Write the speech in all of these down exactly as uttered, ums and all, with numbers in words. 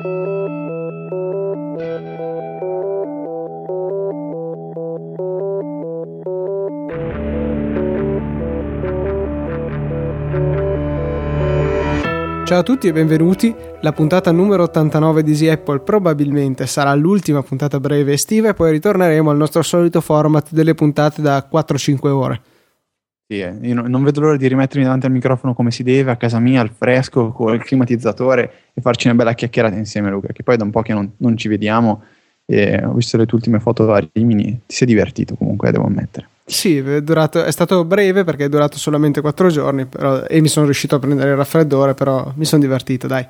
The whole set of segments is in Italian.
Ciao a tutti e benvenuti. La puntata numero ottantanove di Easy Apple probabilmente sarà l'ultima puntata breve estiva e poi ritorneremo al nostro solito format delle puntate da quattro cinque ore. Sì, io non vedo l'ora di rimettermi davanti al microfono come si deve, a casa mia, al fresco, con il climatizzatore e farci una bella chiacchierata insieme, Luca, che poi da un po' che non, non ci vediamo e ho visto le tue ultime foto a Rimini. Ti sei divertito comunque, devo ammettere. Sì, è, durato, è stato breve perché è durato solamente quattro giorni però, e mi sono riuscito a prendere il raffreddore, però mi sono divertito, dai.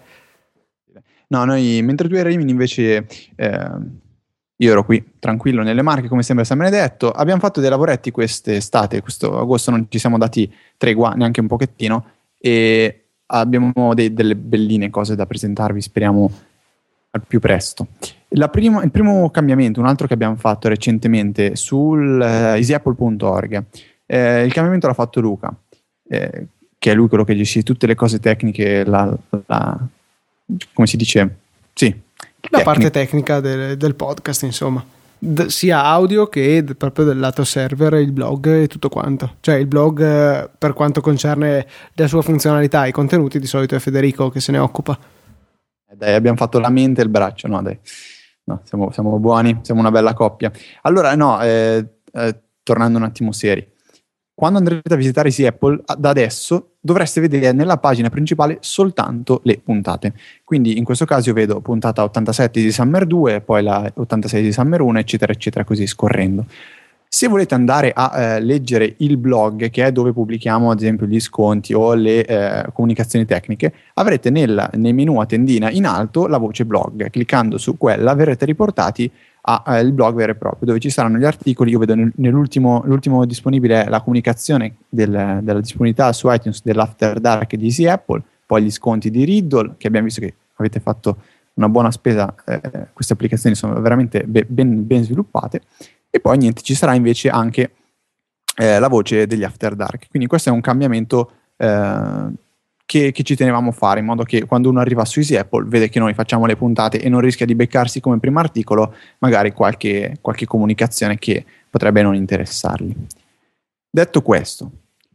No, noi, mentre tu eri a Rimini invece eh, io ero qui, tranquillo, nelle Marche, come sempre San Benedetto. Abbiamo fatto dei lavoretti quest'estate, questo agosto non ci siamo dati tregua neanche un pochettino e abbiamo dei, delle belline cose da presentarvi, speriamo al più presto. La prima, il primo cambiamento, un altro che abbiamo fatto recentemente sul uh, easy apple punto org, eh, il cambiamento l'ha fatto Luca, eh, che è lui quello che gestisce tutte le cose tecniche, la, la, come si dice? Sì, la tecnica. parte tecnica del, del podcast, insomma, D- sia audio che d- proprio del lato server, il blog e tutto quanto. Cioè il blog, eh, per quanto concerne la sua funzionalità e i contenuti, di solito è Federico che se ne occupa. Eh dai, abbiamo fatto la mente e il braccio, no dai. No, siamo, siamo buoni, siamo una bella coppia. Allora, no, eh, eh, tornando un attimo seri, quando andrete a visitare Easy Apple, da adesso dovreste vedere nella pagina principale soltanto le puntate. Quindi in questo caso io vedo puntata ottantasette di Summer due, poi la ottantasei di Summer uno, eccetera, eccetera, così scorrendo. Se volete andare a eh, leggere il blog, che è dove pubblichiamo ad esempio gli sconti o le eh, comunicazioni tecniche, avrete nel, nei menu a tendina in alto la voce blog. Cliccando su quella verrete riportati al eh, blog vero e proprio, dove ci saranno gli articoli. Io vedo nel, nell'ultimo l'ultimo disponibile è la comunicazione del, della disponibilità su iTunes dell'After Dark di Easy Apple, poi gli sconti di Riddle, che abbiamo visto che avete fatto una buona spesa, eh, queste applicazioni sono veramente be- ben, ben sviluppate. E poi niente, ci sarà invece anche eh, la voce degli After Dark. Quindi questo è un cambiamento eh, che, che ci tenevamo a fare, in modo che quando uno arriva su Easy Apple vede che noi facciamo le puntate e non rischia di beccarsi come primo articolo magari qualche, qualche comunicazione che potrebbe non interessargli. Detto questo,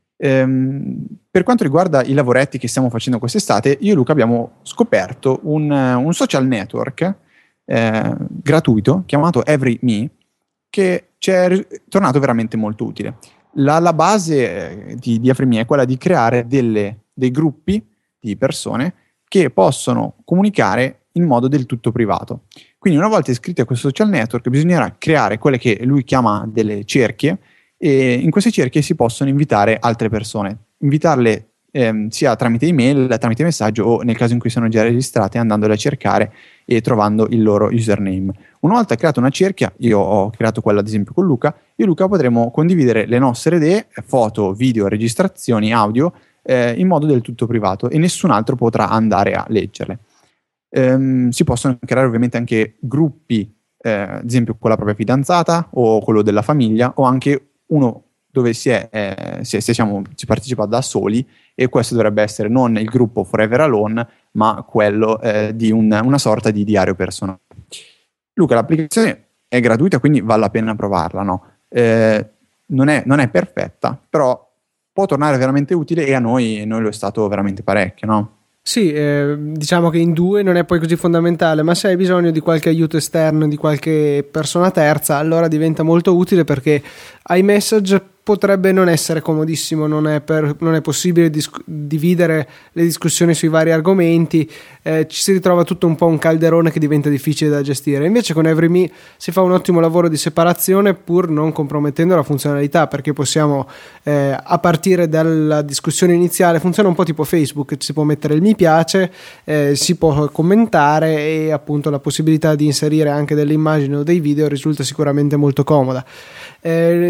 ehm, per quanto riguarda i lavoretti che stiamo facendo quest'estate, io e Luca abbiamo scoperto un, un social network eh, gratuito chiamato EveryMe, che ci è tornato veramente molto utile. La, la base eh, di, di EveryMe è quella di creare delle, dei gruppi di persone che possono comunicare in modo del tutto privato. Quindi una volta iscritti a questo social network bisognerà creare quelle che lui chiama delle cerchie, e in queste cerchie si possono invitare altre persone, invitarle ehm, sia tramite email, tramite messaggio o nel caso in cui sono già registrate andandole a cercare e trovando il loro username. Una volta creata una cerchia, io ho creato quella ad esempio con Luca, io e Luca potremo condividere le nostre idee, foto, video, registrazioni, audio, eh, in modo del tutto privato e nessun altro potrà andare a leggerle. Ehm, si possono creare ovviamente anche gruppi, eh, ad esempio con la propria fidanzata o quello della famiglia, o anche uno dove si, è, eh, si, è, si, siamo, si partecipa da soli, e questo dovrebbe essere non il gruppo Forever Alone, ma quello eh, di un, una sorta di diario personale. Luca, l'applicazione è gratuita, quindi vale la pena provarla, no? Eh, non, è, non è perfetta, però può tornare veramente utile, e a noi, noi lo è stato veramente parecchio, no? Sì, eh, diciamo che in due non è poi così fondamentale, ma se hai bisogno di qualche aiuto esterno, di qualche persona terza, allora diventa molto utile, perché iMessage potrebbe non essere comodissimo, non è, per, non è possibile dis- dividere le discussioni sui vari argomenti, eh, ci si ritrova tutto un po' un calderone che diventa difficile da gestire. Invece con EveryMe si fa un ottimo lavoro di separazione, pur non compromettendo la funzionalità, perché possiamo eh, a partire dalla discussione iniziale, funziona un po' tipo Facebook, si può mettere il mi piace, eh, si può commentare, e appunto la possibilità di inserire anche delle immagini o dei video risulta sicuramente molto comoda. Eh,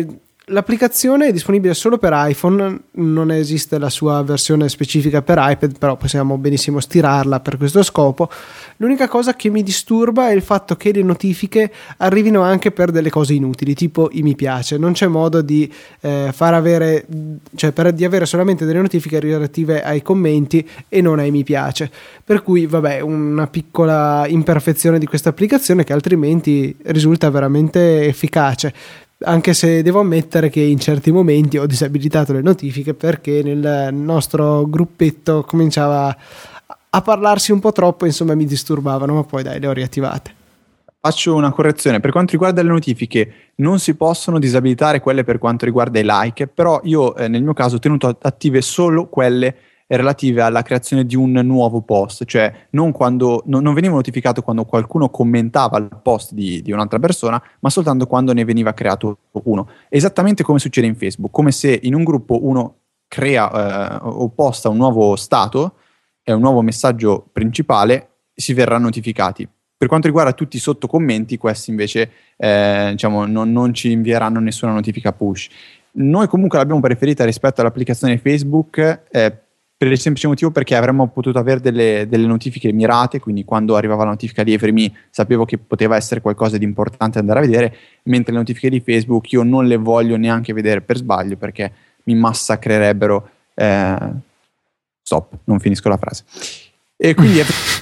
l'applicazione è disponibile solo per iPhone, non esiste la sua versione specifica per iPad, però possiamo benissimo stirarla per questo scopo. L'unica cosa che mi disturba è il fatto che le notifiche arrivino anche per delle cose inutili, tipo i mi piace. Non c'è modo di eh, far avere, cioè per, di avere solamente delle notifiche relative ai commenti e non ai mi piace. Per cui, vabbè, una piccola imperfezione di questa applicazione che altrimenti risulta veramente efficace. Anche se devo ammettere che in certi momenti ho disabilitato le notifiche perché nel nostro gruppetto cominciava a parlarsi un po' troppo, insomma mi disturbavano, ma poi dai, le ho riattivate. Faccio una correzione: per quanto riguarda le notifiche non si possono disabilitare quelle per quanto riguarda i like, però io eh, nel mio caso ho tenuto attive solo quelle relative alla creazione di un nuovo post, cioè non, quando, no, non venivo notificato quando qualcuno commentava il post di, di un'altra persona, ma soltanto quando ne veniva creato uno. Esattamente come succede in Facebook, come se in un gruppo uno crea eh, o posta un nuovo stato e un nuovo messaggio principale, si verranno notificati. Per quanto riguarda tutti i sottocommenti, questi invece eh, diciamo, non, non ci invieranno nessuna notifica push. Noi comunque l'abbiamo preferita rispetto all'applicazione Facebook eh, per il semplice motivo perché avremmo potuto avere delle, delle notifiche mirate, quindi quando arrivava la notifica di Everyme sapevo che poteva essere qualcosa di importante andare a vedere, mentre le notifiche di Facebook io non le voglio neanche vedere per sbaglio perché mi massacrerebbero. Eh, stop, non finisco la frase. E quindi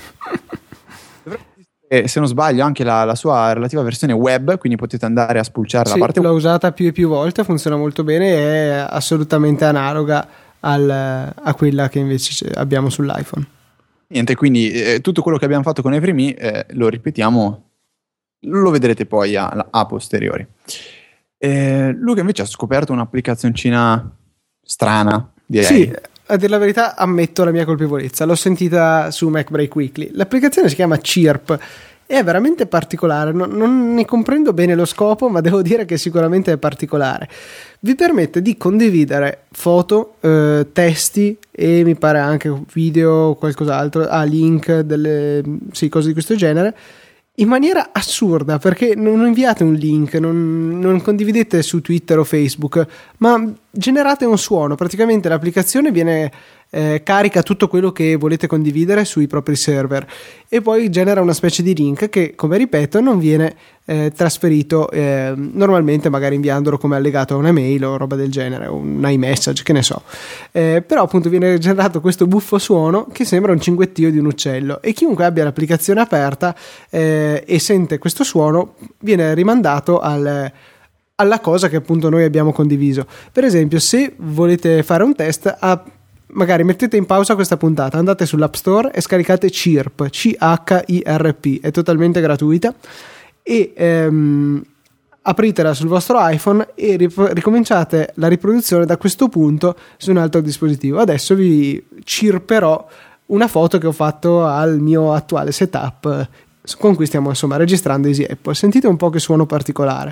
e se non sbaglio anche la, la sua relativa versione web, quindi potete andare a spulciare sì, la parte l'ho usata più e più volte, funziona molto bene, è assolutamente analoga al, a quella che invece abbiamo sull'iPhone. Niente, quindi eh, tutto quello che abbiamo fatto con Everyme eh, lo ripetiamo, lo vedrete poi a, a posteriori. Eh, Luca invece ha scoperto un'applicazioncina strana, direi. Sì, a dire la verità ammetto la mia colpevolezza, l'ho sentita su MacBreak Weekly. L'applicazione si chiama Chirp, è veramente particolare, non, non ne comprendo bene lo scopo, ma devo dire che sicuramente è particolare. Vi permette di condividere foto, eh, testi e mi pare anche video o qualcos'altro, ah, link, delle sì, cose di questo genere, in maniera assurda, perché non inviate un link, non, non condividete su Twitter o Facebook, ma generate un suono. Praticamente l'applicazione viene eh, carica tutto quello che volete condividere sui propri server e poi genera una specie di link che, come ripeto, non viene eh, trasferito eh, normalmente, magari inviandolo come allegato a una mail o roba del genere, o un iMessage, che ne so. Eh, però appunto viene generato questo buffo suono che sembra un cinguettio di un uccello e chiunque abbia l'applicazione aperta eh, e sente questo suono viene rimandato al alla cosa che appunto noi abbiamo condiviso. Per esempio, se volete fare un test, a, magari mettete in pausa questa puntata, andate sull'App Store e scaricate Chirp, C H I R P, è totalmente gratuita, e ehm, apritela sul vostro iPhone e rip- ricominciate la riproduzione da questo punto su un altro dispositivo. Adesso vi chirperò una foto che ho fatto al mio attuale setup con cui stiamo insomma registrando Easy Apple. Sentite un po' che suono particolare.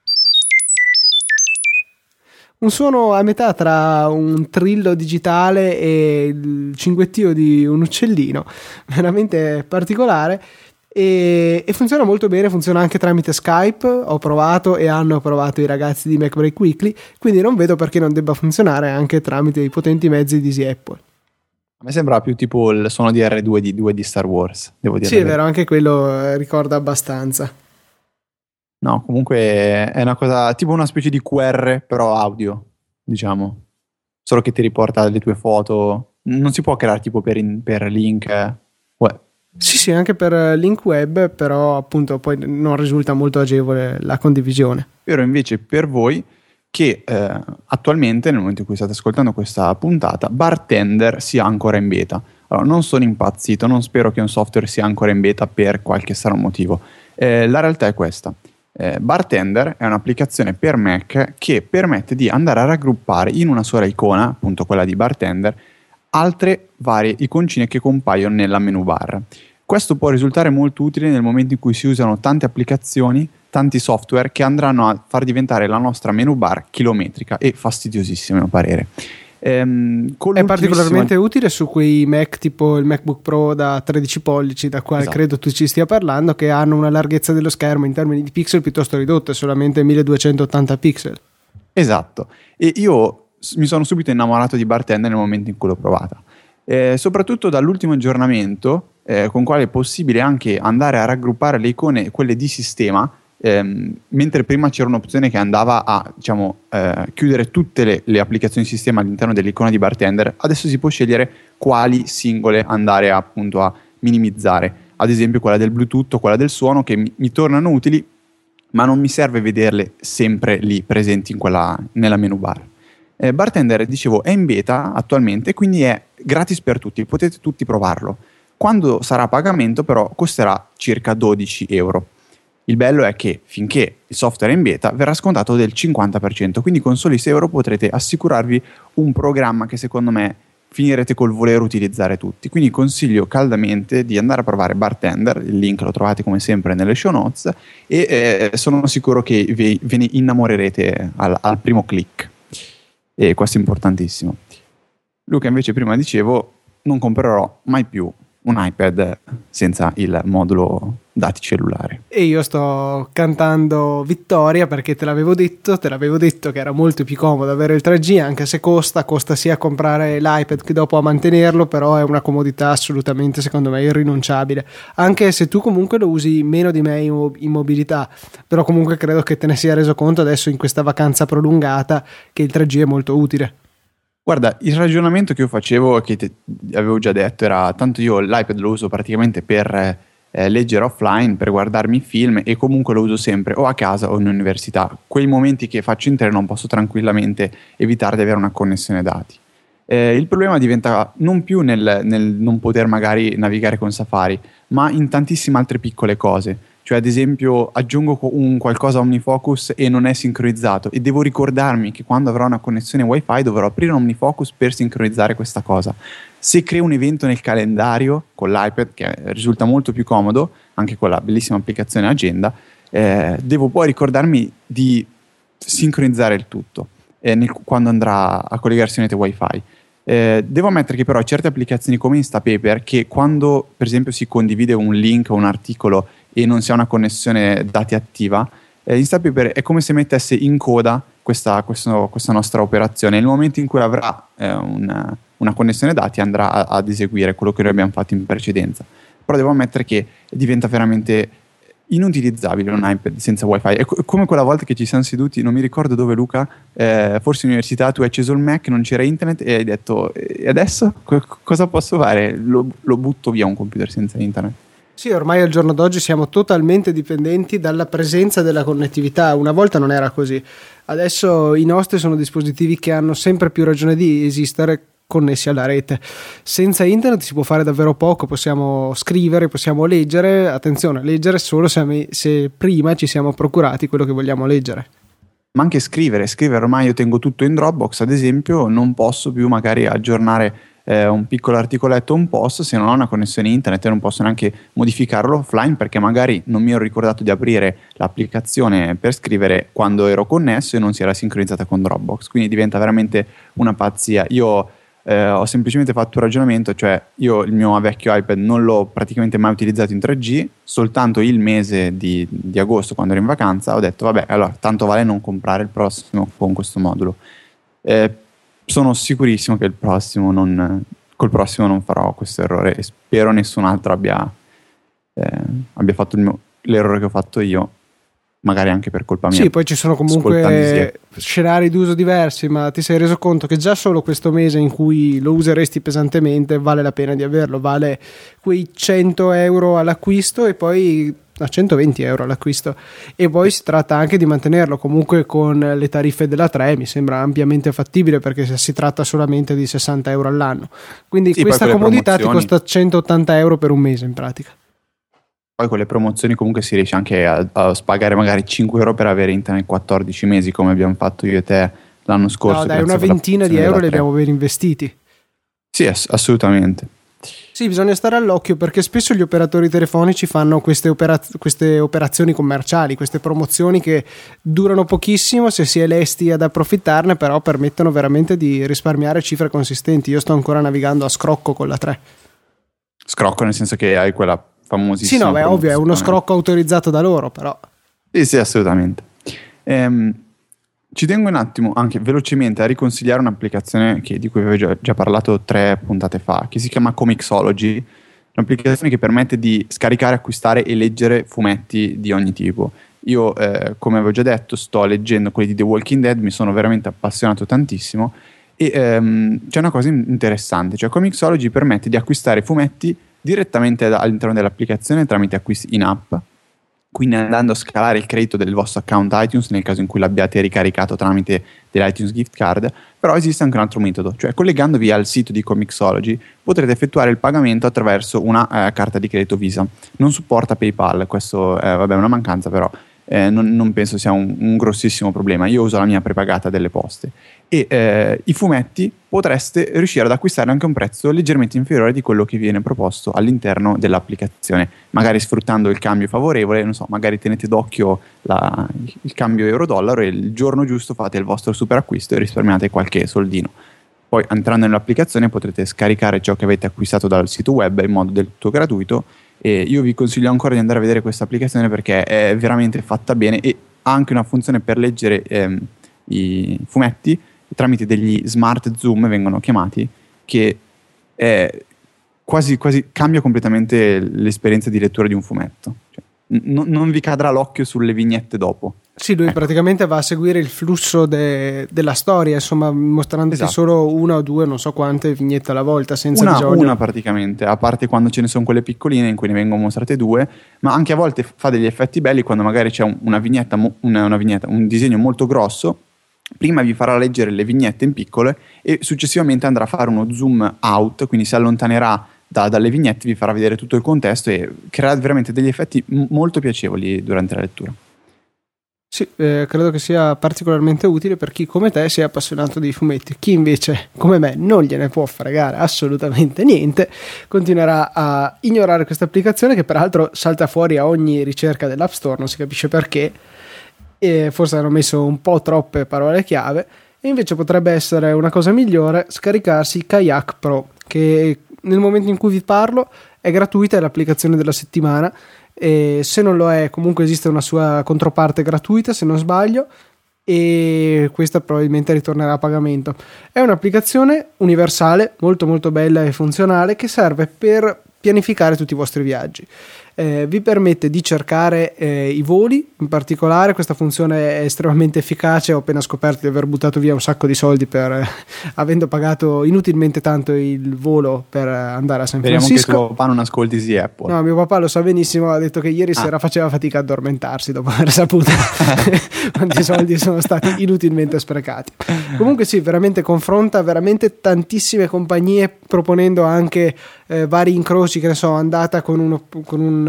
Un suono a metà tra un trillo digitale e il cinguettio di un uccellino, veramente particolare, e, e funziona molto bene, funziona anche tramite Skype, ho provato e hanno provato i ragazzi di MacBreak Weekly, quindi non vedo perché non debba funzionare anche tramite i potenti mezzi di Easy Apple. A me sembra più tipo il suono di erre due D due di Star Wars, devo dire. Sì, è vero, anche quello ricorda abbastanza. No, comunque è una cosa tipo una specie di Q R, però audio, diciamo. Solo che ti riporta le tue foto. Non si può creare tipo per, in, per link web. Sì, sì, anche per link web, però appunto poi non risulta molto agevole la condivisione. Però invece per voi che eh, attualmente, nel momento in cui state ascoltando questa puntata, Bartender sia ancora in beta. Allora, non sono impazzito, non spero che un software sia ancora in beta per qualche strano motivo. Eh, la realtà è questa. Eh, Bartender è un'applicazione per Mac che permette di andare a raggruppare in una sola icona, appunto quella di Bartender, altre varie iconcine che compaiono nella menu bar. Questo può risultare molto utile nel momento in cui si usano tante applicazioni, tanti software che andranno a far diventare la nostra menu bar chilometrica e fastidiosissima a mio parere. Ehm, è particolarmente utile su quei Mac tipo il MacBook Pro da tredici pollici, da quale esatto. credo tu ci stia parlando, che hanno una larghezza dello schermo in termini di pixel piuttosto ridotta, solamente milleduecentottanta pixel. Esatto, e io mi sono subito innamorato di Bartender nel momento in cui l'ho provata, eh, soprattutto dall'ultimo aggiornamento, eh, con quale è possibile anche andare a raggruppare le icone, quelle di sistema, ehm, mentre prima c'era un'opzione che andava a, diciamo, eh, chiudere tutte le, le applicazioni di sistema all'interno dell'icona di Bartender. Adesso si può scegliere quali singole andare a, appunto a minimizzare, ad esempio quella del Bluetooth o quella del suono, che mi, mi tornano utili, ma non mi serve vederle sempre lì presenti in quella, nella menu bar. Eh, Bartender, dicevo, è in beta attualmente, quindi è gratis per tutti, potete tutti provarlo. Quando sarà a pagamento però costerà circa dodici euro. Il bello è che finché il software è in beta verrà scontato del cinquanta per cento, quindi con soli sei euro potrete assicurarvi un programma che secondo me finirete col voler utilizzare tutti. Quindi consiglio caldamente di andare a provare Bartender, il link lo trovate come sempre nelle show notes, e eh, sono sicuro che ve, ve ne innamorerete al, al primo click, e questo è importantissimo. Luca, invece, prima dicevo, non comprerò mai più un iPad senza il modulo dati cellulare. E io sto cantando vittoria, perché te l'avevo detto, te l'avevo detto che era molto più comodo avere il tre G, anche se costa, costa sia a comprare l'iPad che dopo a mantenerlo, però è una comodità assolutamente, secondo me, irrinunciabile, anche se tu comunque lo usi meno di me in mobilità, però comunque credo che te ne sia reso conto adesso in questa vacanza prolungata che il tre G è molto utile. Guarda, il ragionamento che io facevo, che ti avevo già detto, era tanto io l'iPad lo uso praticamente per eh, leggere offline, per guardarmi film, e comunque lo uso sempre o a casa o in università. Quei momenti che faccio in treno posso tranquillamente evitare di avere una connessione dati. Eh, il problema diventa non più nel, nel non poter magari navigare con Safari, ma in tantissime altre piccole cose. Cioè, ad esempio, aggiungo un qualcosa a OmniFocus e non è sincronizzato, e devo ricordarmi che quando avrò una connessione wifi dovrò aprire un OmniFocus per sincronizzare questa cosa. Se creo un evento nel calendario con l'iPad, che risulta molto più comodo, anche con la bellissima applicazione Agenda, eh, devo poi ricordarmi di sincronizzare il tutto eh, nel, quando andrà a collegarsi a rete wifi. Eh, devo ammettere che però certe applicazioni come Instapaper, che quando per esempio si condivide un link o un articolo e non si ha una connessione dati attiva, eh, Instapaper è come se mettesse in coda questa, questo, questa nostra operazione. Nel momento in cui avrà eh, una, una connessione dati andrà a, ad eseguire quello che noi abbiamo fatto in precedenza. Però devo ammettere che diventa veramente inutilizzabile un iPad senza wifi. È co- come quella volta che ci siamo seduti, non mi ricordo dove, Luca, eh, forse in università, tu hai acceso il Mac, non c'era internet e hai detto e adesso co- cosa posso fare? Lo, lo butto via un computer senza internet. Sì, ormai al giorno d'oggi siamo totalmente dipendenti dalla presenza della connettività. Una volta non era così. Adesso i nostri sono dispositivi che hanno sempre più ragione di esistere connessi alla rete. Senza internet si può fare davvero poco, possiamo scrivere, possiamo leggere, attenzione, leggere solo se, se prima ci siamo procurati quello che vogliamo leggere. Ma anche scrivere, scrivere ormai io tengo tutto in Dropbox, ad esempio, non posso più magari aggiornare eh, un piccolo articoletto o un post se non ho una connessione internet, e non posso neanche modificarlo offline perché magari non mi ero ricordato di aprire l'applicazione per scrivere quando ero connesso e non si era sincronizzata con Dropbox, quindi diventa veramente una pazzia. Io Eh, ho semplicemente fatto un ragionamento, cioè io il mio vecchio iPad non l'ho praticamente mai utilizzato in tre G, soltanto il mese di, di agosto, quando ero in vacanza, ho detto vabbè, allora tanto vale non comprare il prossimo con questo modulo. Eh, sono sicurissimo che il prossimo non, col prossimo non farò questo errore, e spero nessun altro abbia, eh, abbia fatto il mio, l'errore che ho fatto io, magari anche per colpa mia. Sì, poi ci sono comunque scenari d'uso diversi, ma ti sei reso conto che già solo questo mese in cui lo useresti pesantemente vale la pena di averlo, vale quei cento euro all'acquisto e poi a centoventi euro all'acquisto, e poi si tratta anche di mantenerlo comunque con le tariffe della tre, mi sembra ampiamente fattibile perché si tratta solamente di sessanta euro all'anno, quindi sì, questa comodità ti costa centottanta euro per un mese in pratica. Poi con le promozioni comunque si riesce anche a, a pagare magari cinque euro per avere internet quattordici mesi, come abbiamo fatto io e te l'anno scorso. No dai, una ventina di euro li abbiamo ben investiti. Sì, ass- assolutamente. Sì, bisogna stare all'occhio perché spesso gli operatori telefonici fanno queste, operaz- queste operazioni commerciali, queste promozioni che durano pochissimo se si è lesti ad approfittarne, però permettono veramente di risparmiare cifre consistenti. Io sto ancora navigando a scrocco con la tre. Scrocco nel senso che hai quella famosissima. Sì, no, beh, ovvio, è uno scrocco autorizzato da loro, però. Sì, sì, assolutamente. Ehm, Ci tengo un attimo anche velocemente a riconsigliare un'applicazione che, di cui avevo già, già parlato tre puntate fa, che si chiama Comixology, un'applicazione che permette di scaricare, acquistare e leggere fumetti di ogni tipo. Io, eh, come avevo già detto, sto leggendo quelli di The Walking Dead, mi sono veramente appassionato tantissimo e ehm, c'è una cosa interessante, cioè Comixology permette di acquistare fumetti direttamente all'interno dell'applicazione tramite acquisti in app, quindi andando a scalare il credito del vostro account iTunes nel caso in cui l'abbiate ricaricato tramite dell'iTunes gift card. Però esiste anche un altro metodo, cioè collegandovi al sito di Comixology potrete effettuare il pagamento attraverso una eh, carta di credito Visa. Non supporta PayPal, questo è vabbè, una mancanza, però eh, non, non penso sia un, un grossissimo problema. Io uso la mia prepagata delle poste e eh, i fumetti potreste riuscire ad acquistare anche a un prezzo leggermente inferiore di quello che viene proposto all'interno dell'applicazione, magari sfruttando il cambio favorevole, non so, magari tenete d'occhio la, il cambio euro-dollaro e il giorno giusto fate il vostro super acquisto e risparmiate qualche soldino. Poi entrando nell'applicazione potrete scaricare ciò che avete acquistato dal sito web in modo del tutto gratuito e io vi consiglio ancora di andare a vedere questa applicazione perché è veramente fatta bene e ha anche una funzione per leggere ehm, i fumetti tramite degli smart zoom, vengono chiamati, che è quasi, quasi cambia completamente l'esperienza di lettura di un fumetto. Cioè, n- non vi cadrà l'occhio sulle vignette dopo. Sì, lui ecco. praticamente va a seguire il flusso de- della storia, insomma, mostrandoti esatto. solo una o due, non so quante vignette alla volta, senza una, bisogno. Una praticamente, a parte quando ce ne sono quelle piccoline in cui ne vengono mostrate due, ma anche a volte fa degli effetti belli quando magari c'è un, una vignetta, una, una vignetta, un disegno molto grosso. Prima vi farà leggere le vignette in piccole e successivamente andrà a fare uno zoom out, quindi si allontanerà da, dalle vignette, vi farà vedere tutto il contesto e creerà veramente degli effetti m- molto piacevoli durante la lettura. Sì, eh, credo che sia particolarmente utile per chi come te si è appassionato di fumetti. Chi invece come me non gliene può fregare assolutamente niente, continuerà a ignorare questa applicazione che peraltro salta fuori a ogni ricerca dell'App Store, non si capisce perché. E forse hanno messo un po' troppe parole chiave e invece potrebbe essere una cosa migliore scaricarsi Kayak Pro, che nel momento in cui vi parlo è gratuita, è l'applicazione della settimana e se non lo è comunque esiste una sua controparte gratuita se non sbaglio e questa probabilmente ritornerà a pagamento. È un'applicazione universale molto molto bella e funzionale che serve per pianificare tutti i vostri viaggi. Eh, vi permette di cercare eh, i voli, in particolare questa funzione è estremamente efficace. Ho appena scoperto di aver buttato via un sacco di soldi per eh, avendo pagato inutilmente tanto il volo per andare a San Speriamo Francisco. Speriamo che tuo papà non ascolti sì Apple. No, mio papà lo sa benissimo, ha detto che ieri ah. sera faceva fatica a addormentarsi dopo aver saputo quanti soldi sono stati inutilmente sprecati. Comunque sì, veramente confronta veramente tantissime compagnie, proponendo anche eh, vari incroci, che ne so, andata con uno con un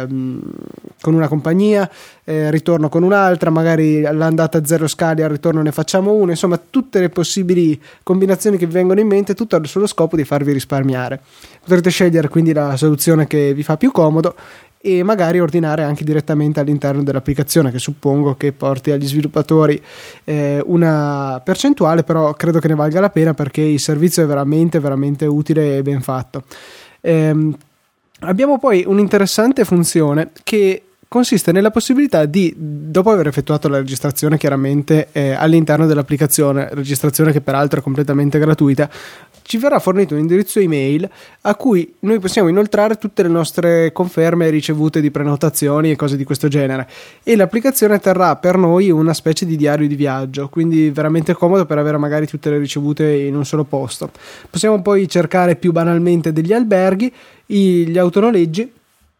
con una compagnia, eh, ritorno con un'altra, magari all'andata zero scali, al ritorno ne facciamo una, insomma tutte le possibili combinazioni che vi vengono in mente, tutto allo scopo di farvi risparmiare. Potrete scegliere quindi la soluzione che vi fa più comodo e magari ordinare anche direttamente all'interno dell'applicazione, che suppongo che porti agli sviluppatori eh, una percentuale, però credo che ne valga la pena perché il servizio è veramente veramente utile e ben fatto. ehm, Abbiamo poi un'interessante funzione che consiste nella possibilità di, dopo aver effettuato la registrazione chiaramente eh, all'interno dell'applicazione, registrazione che peraltro è completamente gratuita, ci verrà fornito un indirizzo email a cui noi possiamo inoltrare tutte le nostre conferme ricevute di prenotazioni e cose di questo genere, e l'applicazione terrà per noi una specie di diario di viaggio, quindi veramente comodo per avere magari tutte le ricevute in un solo posto. Possiamo poi cercare più banalmente degli alberghi, gli autonoleggi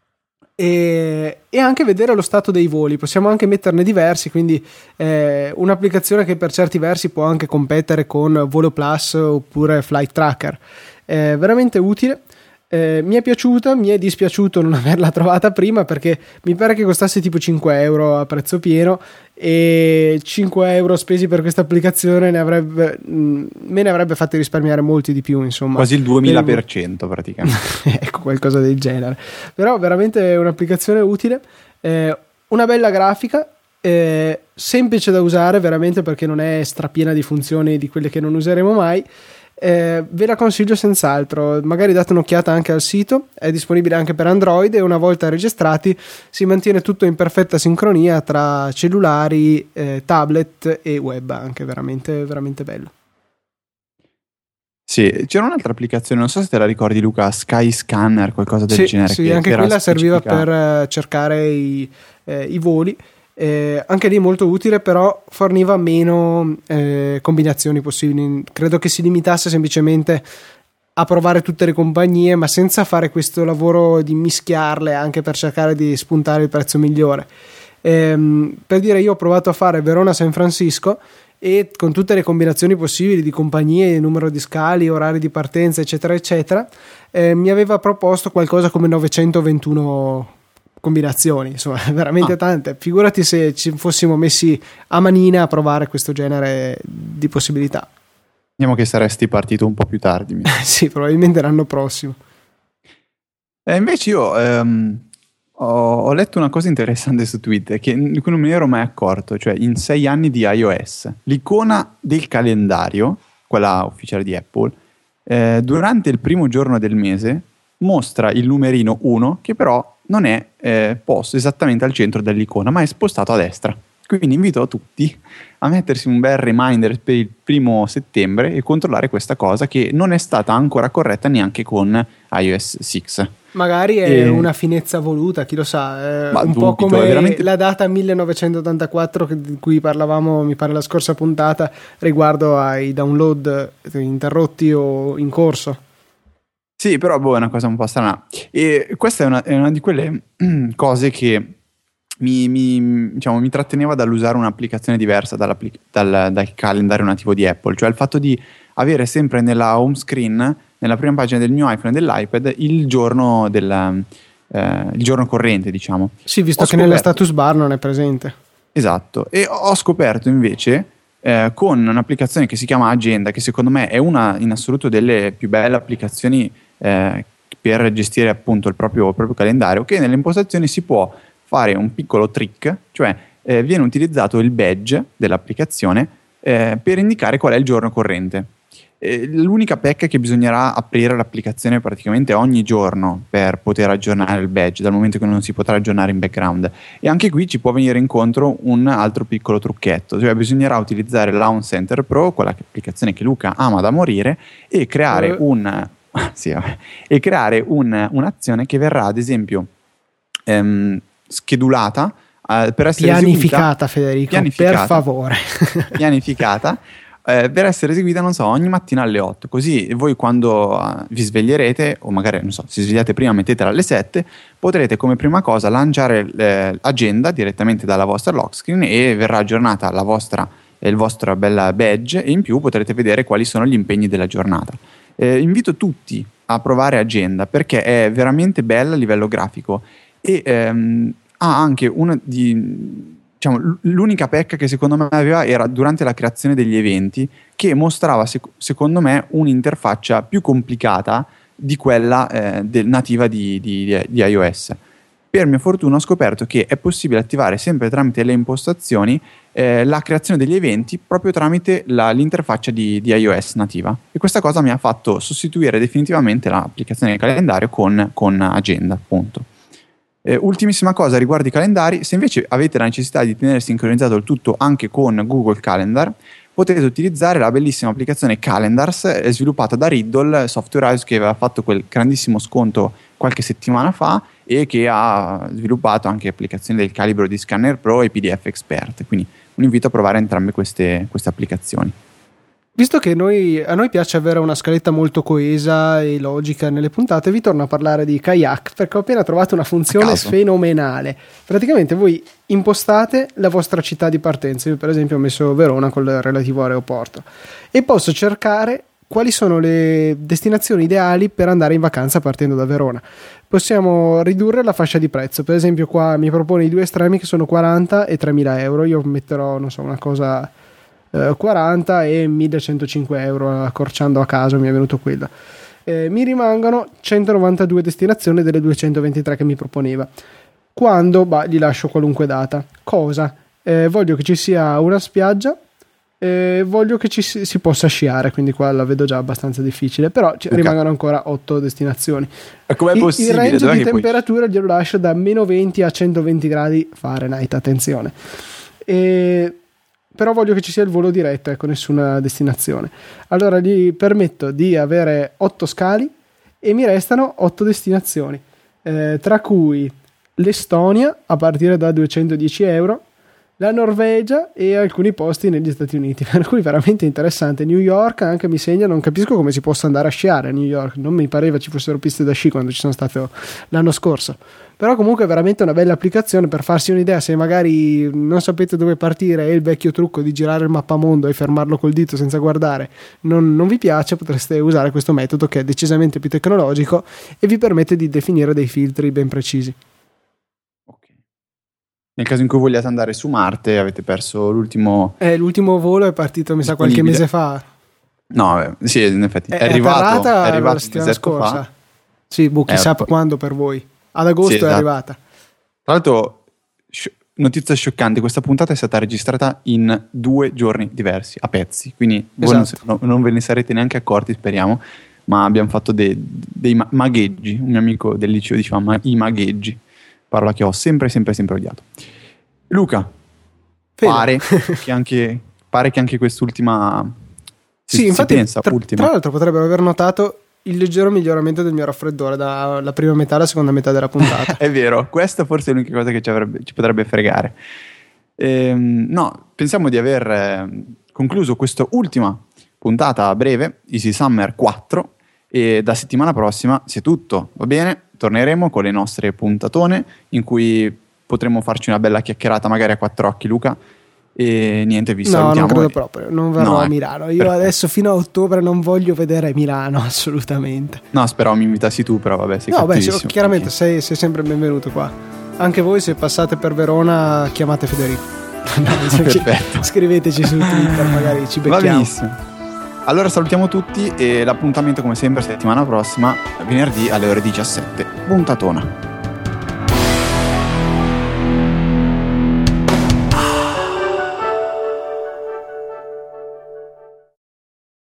e, e anche vedere lo stato dei voli. Possiamo anche metterne diversi, quindi eh, un'applicazione che per certi versi può anche competere con Voloplus oppure Flight Tracker. È veramente utile. Eh, mi è piaciuta, mi è dispiaciuto non averla trovata prima perché mi pare che costasse tipo cinque euro a prezzo pieno e cinque euro spesi per questa applicazione ne avrebbe, mh, me ne avrebbe fatti risparmiare molti di più, insomma quasi il duemila per cento praticamente. Ecco, qualcosa del genere. Però veramente è un'applicazione utile, eh, una bella grafica, eh, semplice da usare veramente perché non è strapiena di funzioni di quelle che non useremo mai. Eh, ve la consiglio senz'altro, magari date un'occhiata anche al sito, è disponibile anche per Android e una volta registrati si mantiene tutto in perfetta sincronia tra cellulari, eh, tablet e web, anche veramente, veramente bello. Sì, c'era un'altra applicazione, non so se te la ricordi Luca, Sky Scanner, qualcosa del sì, genere. Sì, che anche era quella serviva specifica. per cercare i, eh, i voli. Eh, anche lì molto utile, però forniva meno eh, combinazioni possibili. Credo che si limitasse semplicemente a provare tutte le compagnie, ma senza fare questo lavoro di mischiarle anche per cercare di spuntare il prezzo migliore. Eh, per dire, io ho provato a fare Verona-San Francisco e con tutte le combinazioni possibili di compagnie, numero di scali, orari di partenza, eccetera eccetera, eh, mi aveva proposto qualcosa come novecentoventuno combinazioni, insomma veramente ah. tante. Figurati se ci fossimo messi a manina a provare questo genere di possibilità. Diciamo che saresti partito un po' più tardi. Sì, probabilmente l'anno prossimo. E invece io ehm, ho, ho letto una cosa interessante su Twitter che, di cui non me ne ero mai accorto, cioè in sei anni di iOS l'icona del calendario, quella ufficiale di Apple, eh, durante il primo giorno del mese mostra il numerino uno che però non è eh, posto esattamente al centro dell'icona, ma è spostato a destra. Quindi invito tutti a mettersi un bel reminder per il primo settembre e controllare questa cosa, che non è stata ancora corretta neanche con iOS sei. Magari è e... una finezza voluta, chi lo sa, è un dubito, po' come veramente... la data millenovecentottantaquattro di cui parlavamo, mi pare, la scorsa puntata, riguardo ai download interrotti o in corso. Sì, però boh, è una cosa un po' strana. E questa è una, è una di quelle cose che mi, mi, diciamo, mi tratteneva dall'usare un'applicazione diversa dal, dal calendario nativo di Apple. Cioè il fatto di avere sempre nella home screen, nella prima pagina del mio iPhone e dell'iPad, il giorno, del, eh, il giorno corrente, diciamo. Sì, visto ho che scoperto... nella status bar non è presente. Esatto. E ho scoperto invece... Eh, con un'applicazione che si chiama Agenda, che secondo me è una in assoluto delle più belle applicazioni eh, per gestire appunto il proprio, il proprio calendario, che nelle impostazioni si può fare un piccolo trick, cioè eh, viene utilizzato il badge dell'applicazione eh, per indicare qual è il giorno corrente. Eh, l'unica pecca è che bisognerà aprire l'applicazione praticamente ogni giorno per poter aggiornare il badge, dal momento che non si potrà aggiornare in background. E anche qui ci può venire incontro un altro piccolo trucchetto, cioè bisognerà utilizzare l'Aon Center Pro, quella applicazione che Luca ama da morire, e creare uh. un sì, e creare un, un'azione che verrà ad esempio ehm, schedulata eh, per essere pianificata, eseguita, Federico, pianificata, per favore pianificata Eh, per essere eseguita, non so, ogni mattina alle otto, così voi quando uh, vi sveglierete, o magari, non so, se svegliate prima, mettetela alle sette, potrete come prima cosa lanciare l'agenda direttamente dalla vostra lock screen e verrà aggiornata la vostra, il vostro bella badge, e in più potrete vedere quali sono gli impegni della giornata. Eh, invito tutti a provare Agenda perché è veramente bella a livello grafico e ehm, ha anche una di... Diciamo, l'unica pecca che secondo me aveva era durante la creazione degli eventi, che mostrava sec- secondo me un'interfaccia più complicata di quella eh, del, nativa di, di, di iOS. Per mia fortuna ho scoperto che è possibile attivare sempre tramite le impostazioni eh, la creazione degli eventi proprio tramite la, l'interfaccia di, di iOS nativa, e questa cosa mi ha fatto sostituire definitivamente l'applicazione del calendario con, con Agenda, appunto. Eh, ultimissima cosa riguardo i calendari: se invece avete la necessità di tenere sincronizzato il tutto anche con Google Calendar, potete utilizzare la bellissima applicazione Calendars, eh, sviluppata da Riddle, software house che aveva fatto quel grandissimo sconto qualche settimana fa e che ha sviluppato anche applicazioni del calibro di Scanner Pro e P D F Expert. Quindi un invito a provare entrambe queste, queste applicazioni. Visto che noi, a noi piace avere una scaletta molto coesa e logica nelle puntate, vi torno a parlare di Kayak perché ho appena trovato una funzione fenomenale. Praticamente voi impostate la vostra città di partenza. Io per esempio ho messo Verona col relativo aeroporto e posso cercare quali sono le destinazioni ideali per andare in vacanza partendo da Verona. Possiamo ridurre la fascia di prezzo. Per esempio qua mi propone i due estremi che sono quaranta e tremila euro. Io metterò, non so, una cosa... quaranta e millecentocinque euro, accorciando a caso mi è venuto quello. Eh, mi rimangono centonovantadue destinazioni delle duecentoventitré che mi proponeva. Quando? Bah, gli lascio qualunque data. Cosa? Eh, voglio che ci sia una spiaggia Eh, voglio che ci si, si possa sciare, quindi qua la vedo già abbastanza difficile, però ci Okay. rimangono ancora otto destinazioni. Ma com'è Il, possibile? il range Dov'è di che puoi- temperatura glielo lascio da meno venti a centoventi gradi Fahrenheit, attenzione. E, però voglio che ci sia il volo diretto, ecco, nessuna destinazione. Allora gli permetto di avere otto scali e mi restano otto destinazioni, eh, tra cui l'Estonia a partire da duecentodieci euro, la Norvegia e alcuni posti negli Stati Uniti, per cui veramente interessante. New York anche mi segna, non capisco come si possa andare a sciare a New York, non mi pareva ci fossero piste da sci quando ci sono stato l'anno scorso, però comunque è veramente una bella applicazione per farsi un'idea. Se magari non sapete dove partire e il vecchio trucco di girare il mappamondo e fermarlo col dito senza guardare non, non vi piace, potreste usare questo metodo che è decisamente più tecnologico e vi permette di definire dei filtri ben precisi. Ok. Nel caso in cui vogliate andare su Marte, avete perso l'ultimo... Eh, l'ultimo volo è partito mi sa qualche Disponibile. mese fa. No, eh, sì, in effetti. È, È arrivato, atterrata è la arrivato un settimana mesetto scorsa. fa. Sì, boh, chissà Eh, quando per voi. Ad agosto Sì, è esatto. arrivata. Tra l'altro, sci- notizia scioccante, questa puntata è stata registrata in due giorni diversi, a pezzi, quindi voi non, Esatto. no- non ve ne sarete neanche accorti, speriamo, ma abbiamo fatto dei, dei ma- magheggi. Un mio amico del liceo diceva ma- i magheggi, parola che ho sempre, sempre, sempre odiato. Luca, Fede. pare che, anche, pare che anche quest'ultima... si- Sì, si infatti, pensa, tra, ultima. tra l'altro potrebbero aver notato il leggero miglioramento del mio raffreddore dalla prima metà alla seconda metà della puntata. È vero, questa forse è l'unica cosa che ci, avrebbe- ci potrebbe fregare. Ehm, no, pensiamo di aver eh, concluso questa ultima puntata a breve, Easy Summer quattro, e da settimana prossima, se tutto va bene, torneremo con le nostre puntatone in cui potremo farci una bella chiacchierata magari a quattro occhi, Luca. E niente, vi No, salutiamo. non credo e- proprio, non verrò No, a ecco, Milano. Io perfetto. adesso fino a ottobre non voglio vedere Milano, assolutamente. No, speravo mi invitassi tu, però vabbè, sei No, beh, sì, cattivissimo. chiaramente sei, sei sempre benvenuto qua. Anche voi se passate per Verona chiamate Federico. No, ci- Perfetto. Scriveteci su Twitter, magari ci Va becchiamo. benissimo. Allora salutiamo tutti e l'appuntamento come sempre settimana prossima, venerdì alle ore diciassette. Puntatona.